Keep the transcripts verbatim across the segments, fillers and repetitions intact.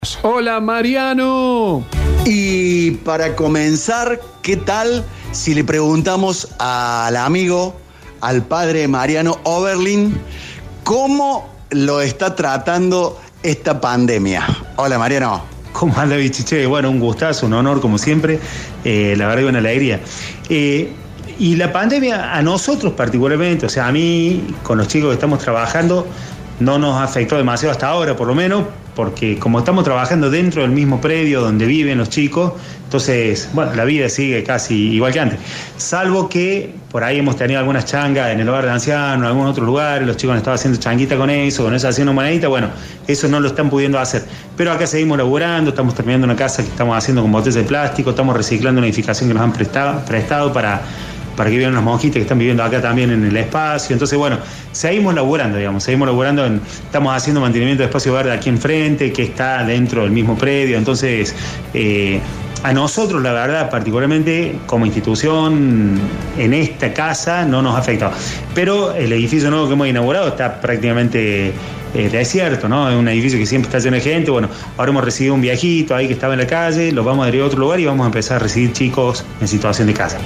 Hola Mariano. Y para comenzar, ¿qué tal si le preguntamos al amigo, al padre Mariano Oberlin, cómo lo está tratando esta pandemia? Hola Mariano. ¿Cómo anda, Bichiche? Bueno, un gustazo, un honor como siempre, eh, la verdad que una alegría. Eh, y la pandemia a nosotros particularmente, o sea, a mí, con los chicos que estamos trabajando, no nos afectó demasiado hasta ahora, por lo menos, porque como estamos trabajando dentro del mismo predio donde viven los chicos, entonces, bueno, la vida sigue casi igual que antes. Salvo que por ahí hemos tenido algunas changas en el hogar de ancianos, en algunos otros lugares, los chicos han estado haciendo changuita con eso, con eso haciendo monedita, bueno, eso no lo están pudiendo hacer. Pero acá seguimos laburando, estamos terminando una casa que estamos haciendo con botellas de plástico, estamos reciclando una edificación que nos han prestado, prestado para... para que vivan las monjitas que están viviendo acá también en el espacio. Entonces, bueno, seguimos laburando, digamos, seguimos laburando, en, estamos haciendo mantenimiento de espacio verde aquí enfrente, que está dentro del mismo predio. Entonces, eh, a nosotros, la verdad, particularmente como institución, en esta casa no nos ha afectado. Pero el edificio nuevo que hemos inaugurado está prácticamente eh, desierto, ¿no? Es un edificio que siempre está lleno de gente. Bueno, ahora hemos recibido un viejito ahí que estaba en la calle, lo vamos a derivar a otro lugar y vamos a empezar a recibir chicos en situación de casa.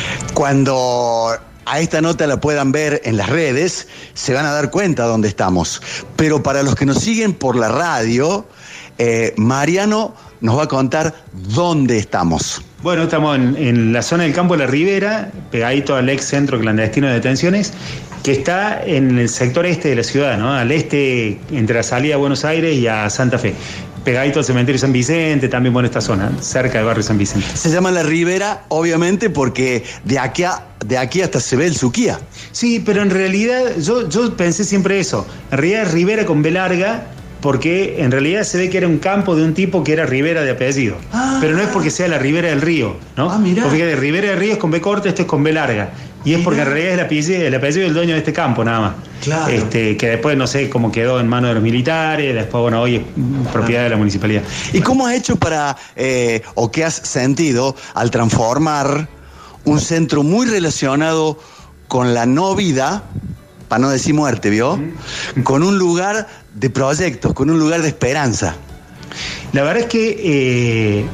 Cuando a esta nota la puedan ver en las redes, se van a dar cuenta dónde estamos. Pero para los que nos siguen por la radio, eh, Mariano nos va a contar dónde estamos. Bueno, estamos en, en la zona del Campo de la Ribera, pegadito al ex centro clandestino de detenciones, que está en el sector este de la ciudad, ¿no? Al este, entre la salida a Buenos Aires y a Santa Fe. Pegadito al cementerio San Vicente, también por esta zona, cerca del barrio San Vicente. Se llama La Ribera, obviamente, porque de aquí, a, de aquí hasta se ve el Suquía. Sí, pero en realidad yo, yo pensé siempre eso. En realidad es Ribera con B larga, porque en realidad se ve que era un campo de un tipo que era Rivera de apellido. Ah, pero no es porque sea la Ribera del Río, ¿no? Ah, mirá. Porque de Ribera del Río es con B corta, esto es con B larga. Y es porque en realidad es el apellido, el apellido del dueño de este campo, nada más. Claro. Este, que después no sé cómo quedó en manos de los militares, después, bueno, hoy es propiedad de la municipalidad. ¿Y cómo has hecho para, eh, o qué has sentido al transformar un centro muy relacionado con la no vida, para no decir muerte, ¿vio? Mm. Con un lugar de proyectos, con un lugar de esperanza? La verdad es que... Eh,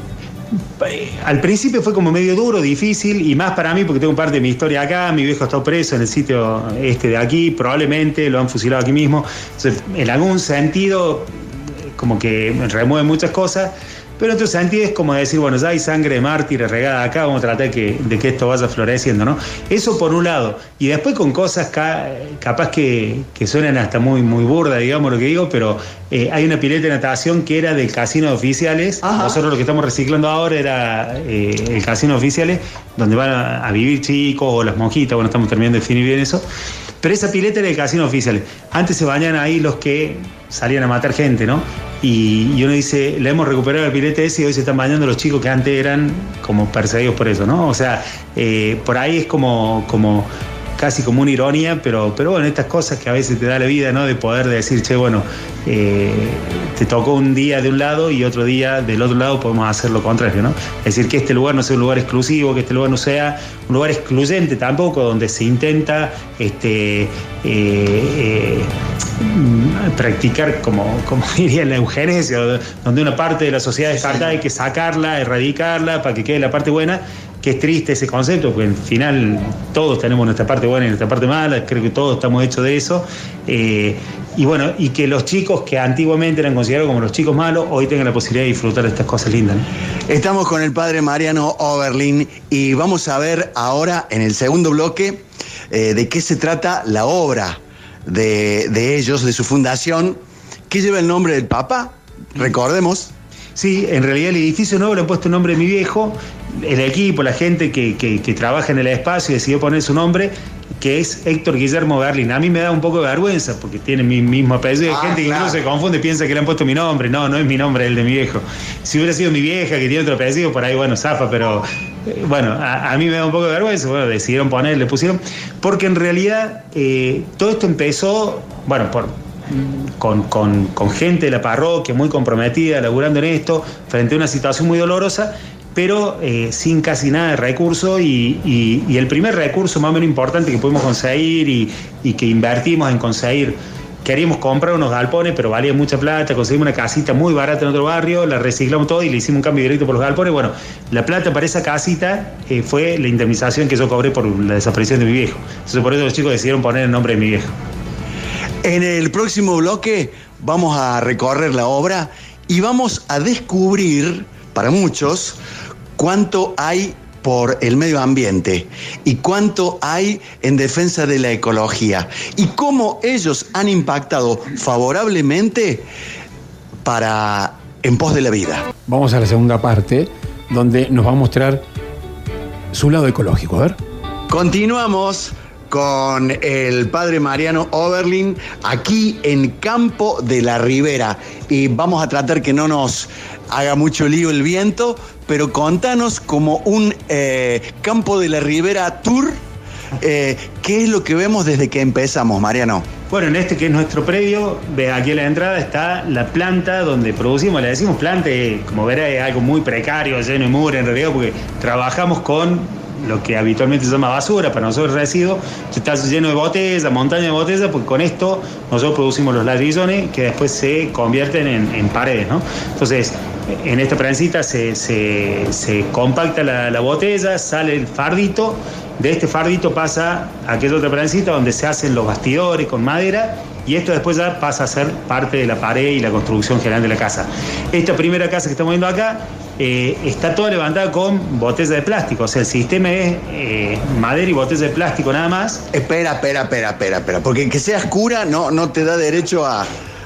al principio fue como medio duro, difícil, y más para mí porque tengo parte de mi historia acá. Mi viejo está preso en el sitio este de aquí, probablemente lo han fusilado aquí mismo. Entonces, en algún sentido, como que remueve muchas cosas, pero en otro sentido es como decir, bueno, ya hay sangre de mártires regada acá, vamos a tratar de que, de que esto vaya floreciendo, ¿no? Eso por un lado. Y después con cosas ca, capaz que, que suenan hasta muy, muy burda, digamos lo que digo, pero eh, hay una pileta de natación que era del casino de oficiales. Ajá. Nosotros lo que estamos reciclando ahora era eh, el casino de oficiales, donde van a, a vivir chicos o las monjitas, bueno, estamos terminando de definir bien eso. Pero esa pileta era del casino de oficiales. Antes se bañaban ahí los que salían a matar gente, ¿no? Y, y uno dice, le hemos recuperado el pilete ese y hoy se están bañando los chicos que antes eran como perseguidos por eso, ¿no? O sea, eh, por ahí es como, como casi como una ironía, pero, pero bueno, estas cosas que a veces te da la vida, ¿no? De poder decir, che, bueno, eh, te tocó un día de un lado y otro día del otro lado podemos hacer lo contrario, ¿no? Es decir, que este lugar no sea un lugar exclusivo, que este lugar no sea un lugar excluyente tampoco, donde se intenta este, eh, eh, practicar, como, como diría la eugenesia, donde una parte de la sociedad descartada hay que sacarla, erradicarla, para que quede la parte buena. Que es triste ese concepto, porque al final todos tenemos nuestra parte buena y nuestra parte mala, creo que todos estamos hechos de eso. Eh, y bueno, y que los chicos que antiguamente eran considerados como los chicos malos, hoy tengan la posibilidad de disfrutar de estas cosas lindas, ¿no? Estamos con el padre Mariano Oberlin y vamos a ver ahora en el segundo bloque eh, de qué se trata la obra de, de ellos, de su fundación, que lleva el nombre del Papa, recordemos. Sí, en realidad el edificio nuevo le han puesto el nombre de mi viejo, el equipo, la gente que, que, que trabaja en el espacio decidió poner su nombre, que es Héctor Guillermo Oberlin. A mí me da un poco de vergüenza porque tiene mi mismo apellido. Hay ah, gente que claro. Incluso se confunde, piensa que le han puesto mi nombre. No, no es mi nombre, es el de mi viejo. Si hubiera sido mi vieja que tiene otro apellido, por ahí, bueno, zafa, pero eh, bueno, a, a mí me da un poco de vergüenza. Bueno, decidieron poner, le pusieron, porque en realidad eh, todo esto empezó, bueno, por... Con, con, con gente de la parroquia muy comprometida, laburando en esto, frente a una situación muy dolorosa, pero eh, sin casi nada de recursos y, y, y el primer recurso más o menos importante que pudimos conseguir y, y que invertimos en conseguir queríamos comprar unos galpones, pero valía mucha plata, conseguimos una casita muy barata en otro barrio, la reciclamos todo y le hicimos un cambio directo por los galpones. Bueno, la plata para esa casita eh, fue la indemnización que yo cobré por la desaparición de mi viejo. Entonces por eso los chicos decidieron poner el nombre de mi viejo. En el próximo bloque vamos a recorrer la obra y vamos a descubrir, para muchos, cuánto hay por el medio ambiente y cuánto hay en defensa de la ecología y cómo ellos han impactado favorablemente para en pos de la vida. Vamos a la segunda parte, donde nos va a mostrar su lado ecológico. A ver. Continuamos con el padre Mariano Oberlin aquí en Campo de la Ribera y vamos a tratar que no nos haga mucho lío el viento, pero contanos como un eh, Campo de la Ribera tour, eh, ¿qué es lo que vemos desde que empezamos, Mariano? Bueno, en este que es nuestro predio, ve aquí a la entrada está la planta donde producimos, le decimos planta, y como verá es algo muy precario, lleno de mugre en realidad, porque trabajamos con lo que habitualmente se llama basura, para nosotros residuo, está lleno de botellas, montaña de botellas, porque con esto nosotros producimos los ladrillones que después se convierten en, en paredes, ¿no? Entonces, en esta prensita se, se, se compacta la, la botella, sale el fardito, de este fardito pasa a aquella otra prensita donde se hacen los bastidores con madera y esto después ya pasa a ser parte de la pared y la construcción general de la casa. Esta primera casa que estamos viendo acá eh, está toda levantada con botella de plástico, o sea, el sistema es eh, madera y botella de plástico nada más. Espera, espera, espera, espera, espera, porque que sea oscura no, no te da derecho a...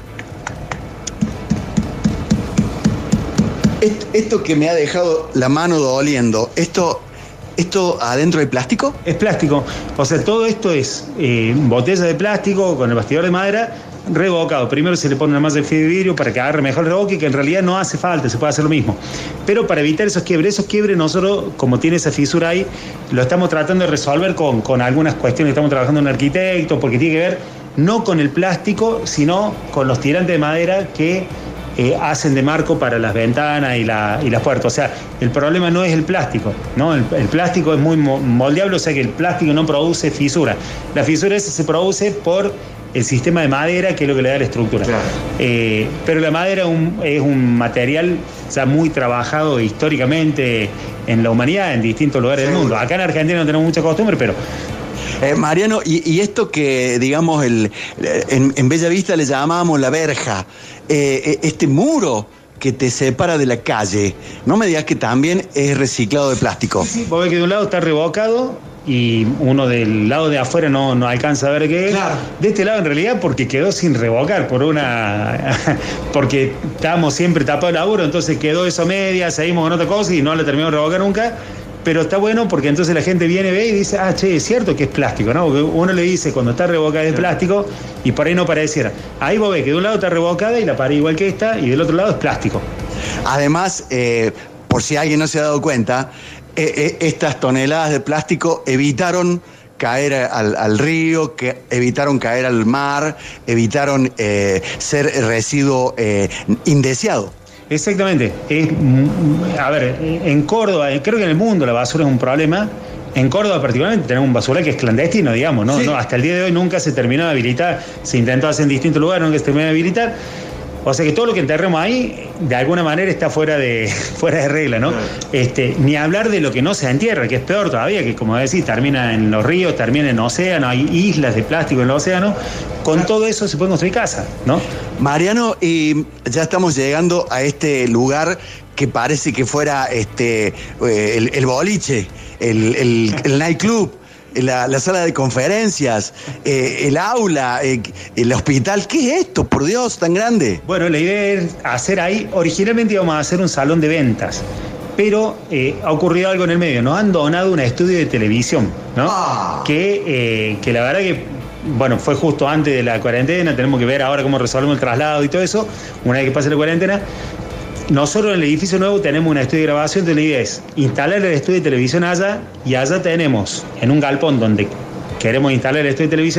Esto que me ha dejado la mano doliendo, esto, ¿esto adentro hay plástico? Es plástico, o sea, todo esto es eh, botella de plástico con el bastidor de madera revocado. Primero se le pone una malla de vidrio para que agarre mejor el revoque, que en realidad no hace falta, se puede hacer lo mismo. Pero para evitar esos quiebres, esos quiebres nosotros, como tiene esa fisura ahí, lo estamos tratando de resolver con, con algunas cuestiones. Estamos trabajando en un arquitecto, porque tiene que ver no con el plástico, sino con los tirantes de madera que Eh, hacen de marco para las ventanas y, la, y las puertas. O sea, el problema no es el plástico, ¿no? El, el plástico es muy moldeable, o sea que el plástico no produce fisura. La fisura esa se produce por el sistema de madera, que es lo que le da la estructura. Claro. Eh, pero la madera un, es un material ya muy trabajado históricamente en la humanidad, en distintos lugares sí. del mundo. Acá en Argentina no tenemos mucha costumbre, pero... Eh, Mariano, y, y esto que, digamos, el, en, en Bella Vista le llamábamos la verja, eh, este muro que te separa de la calle, no me digas que también es reciclado de plástico. Sí, sí, vos ves que de un lado está revocado y uno del lado de afuera no, no alcanza a ver qué es. Claro. De este lado en realidad porque quedó sin revocar, por una porque estábamos siempre tapados de laburo, entonces quedó eso a media, seguimos con otra cosa y no la terminamos de revocar nunca. Pero está bueno porque entonces la gente viene, ve y dice, ah, che, es cierto que es plástico, ¿no? Porque uno le dice cuando está revocada es plástico y por ahí no pareciera. Ahí vos ves que de un lado está revocada y la pared igual que esta y del otro lado es plástico. Además, eh, por si alguien no se ha dado cuenta, eh, eh, estas toneladas de plástico evitaron caer al, al río, que evitaron caer al mar, evitaron eh, ser residuo eh, indeseado. Exactamente. Es, a ver, en Córdoba, creo que en el mundo la basura es un problema. En Córdoba particularmente tenemos un basural que es clandestino, digamos, ¿no? Sí. No, hasta el día de hoy nunca se terminó de habilitar, se intentó hacer en distintos lugares, nunca se terminó de habilitar. O sea que todo lo que enterremos ahí, de alguna manera está fuera de, fuera de regla, ¿no? Claro. Este, ni hablar de lo que no se entierra, que es peor todavía, que como decís, termina en los ríos, termina en océano, hay islas de plástico en el océano. Con claro. todo eso se puede construir casas, ¿no? Mariano, y ya estamos llegando a este lugar que parece que fuera este el, el boliche, el, el, el nightclub. La, la sala de conferencias, eh, el aula, eh, el hospital. ¿Qué es esto, por Dios, tan grande? Bueno, la idea es hacer ahí, originalmente íbamos a hacer un salón de ventas, pero eh, ha ocurrido algo en el medio. Nos han donado un estudio de televisión, ¿no? Ah. Que, eh, que la verdad que, bueno, fue justo antes de la cuarentena, tenemos que ver ahora cómo resolvemos el traslado y todo eso, una vez que pase la cuarentena. Nosotros en el edificio nuevo tenemos un estudio de grabación, entonces la idea es instalar el estudio de televisión allá y allá tenemos, en un galpón donde queremos instalar el estudio de televisión,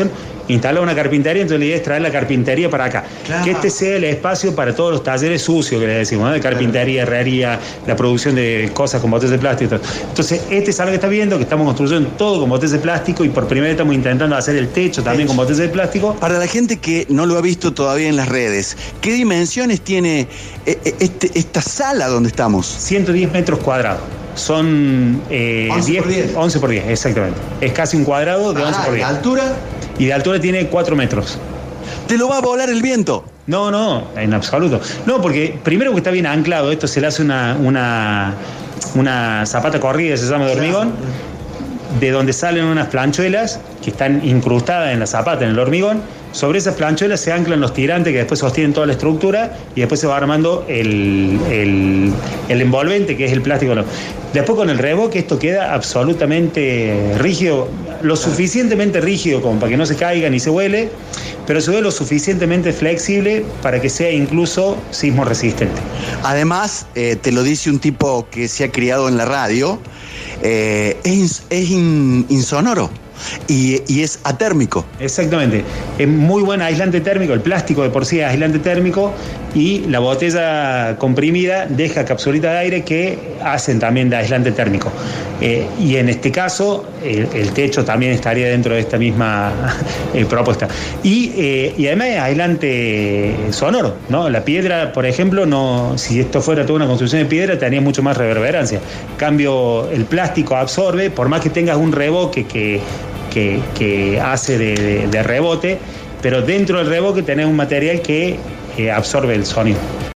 instalar una carpintería, entonces la idea es traer la carpintería para acá. Claro. Que este sea el espacio para todos los talleres sucios que le decimos, ¿no? De carpintería, herrería, la producción de cosas con botellas de plástico. Entonces, este es algo que está viendo, que estamos construyendo todo con botellas de plástico y por primera vez estamos intentando hacer el techo también con botellas de plástico. Para la gente que no lo ha visto todavía en las redes, ¿qué dimensiones tiene este, esta sala donde estamos? ciento diez metros cuadrados. Son eh, once diez, por diez. once por diez, exactamente. Es casi un cuadrado de ah, once por diez. ¿De altura? Y de altura tiene cuatro metros. ¿Te lo va a volar el viento? No, no, en absoluto. No, porque primero que está bien anclado, esto se le hace una, una, una zapata corrida, se llama de hormigón, de donde salen unas planchuelas que están incrustadas en la zapata, en el hormigón. Sobre esas planchuelas se anclan los tirantes que después sostienen toda la estructura y después se va armando el, el, el envolvente, que es el plástico. Después con el revoque esto queda absolutamente rígido, lo suficientemente rígido como para que no se caiga ni se huele, pero se ve lo suficientemente flexible para que sea incluso sismo resistente. Además, eh, te lo dice un tipo que se ha criado en la radio, eh, es, es in, insonoro. Y, y es atérmico. Exactamente. Es muy buen aislante térmico. El plástico de por sí es aislante térmico y la botella comprimida deja capsulitas de aire que hacen también de aislante térmico. Eh, y en este caso, el, el techo también estaría dentro de esta misma eh, propuesta. Y, eh, y además es aislante sonoro, ¿no? La piedra, por ejemplo, no, si esto fuera toda una construcción de piedra, tenía mucho más reverberancia. En cambio, el plástico absorbe, por más que tengas un revoque que Que, que hace de, de, de rebote, pero dentro del reboque tenés un material que eh, absorbe el sonido.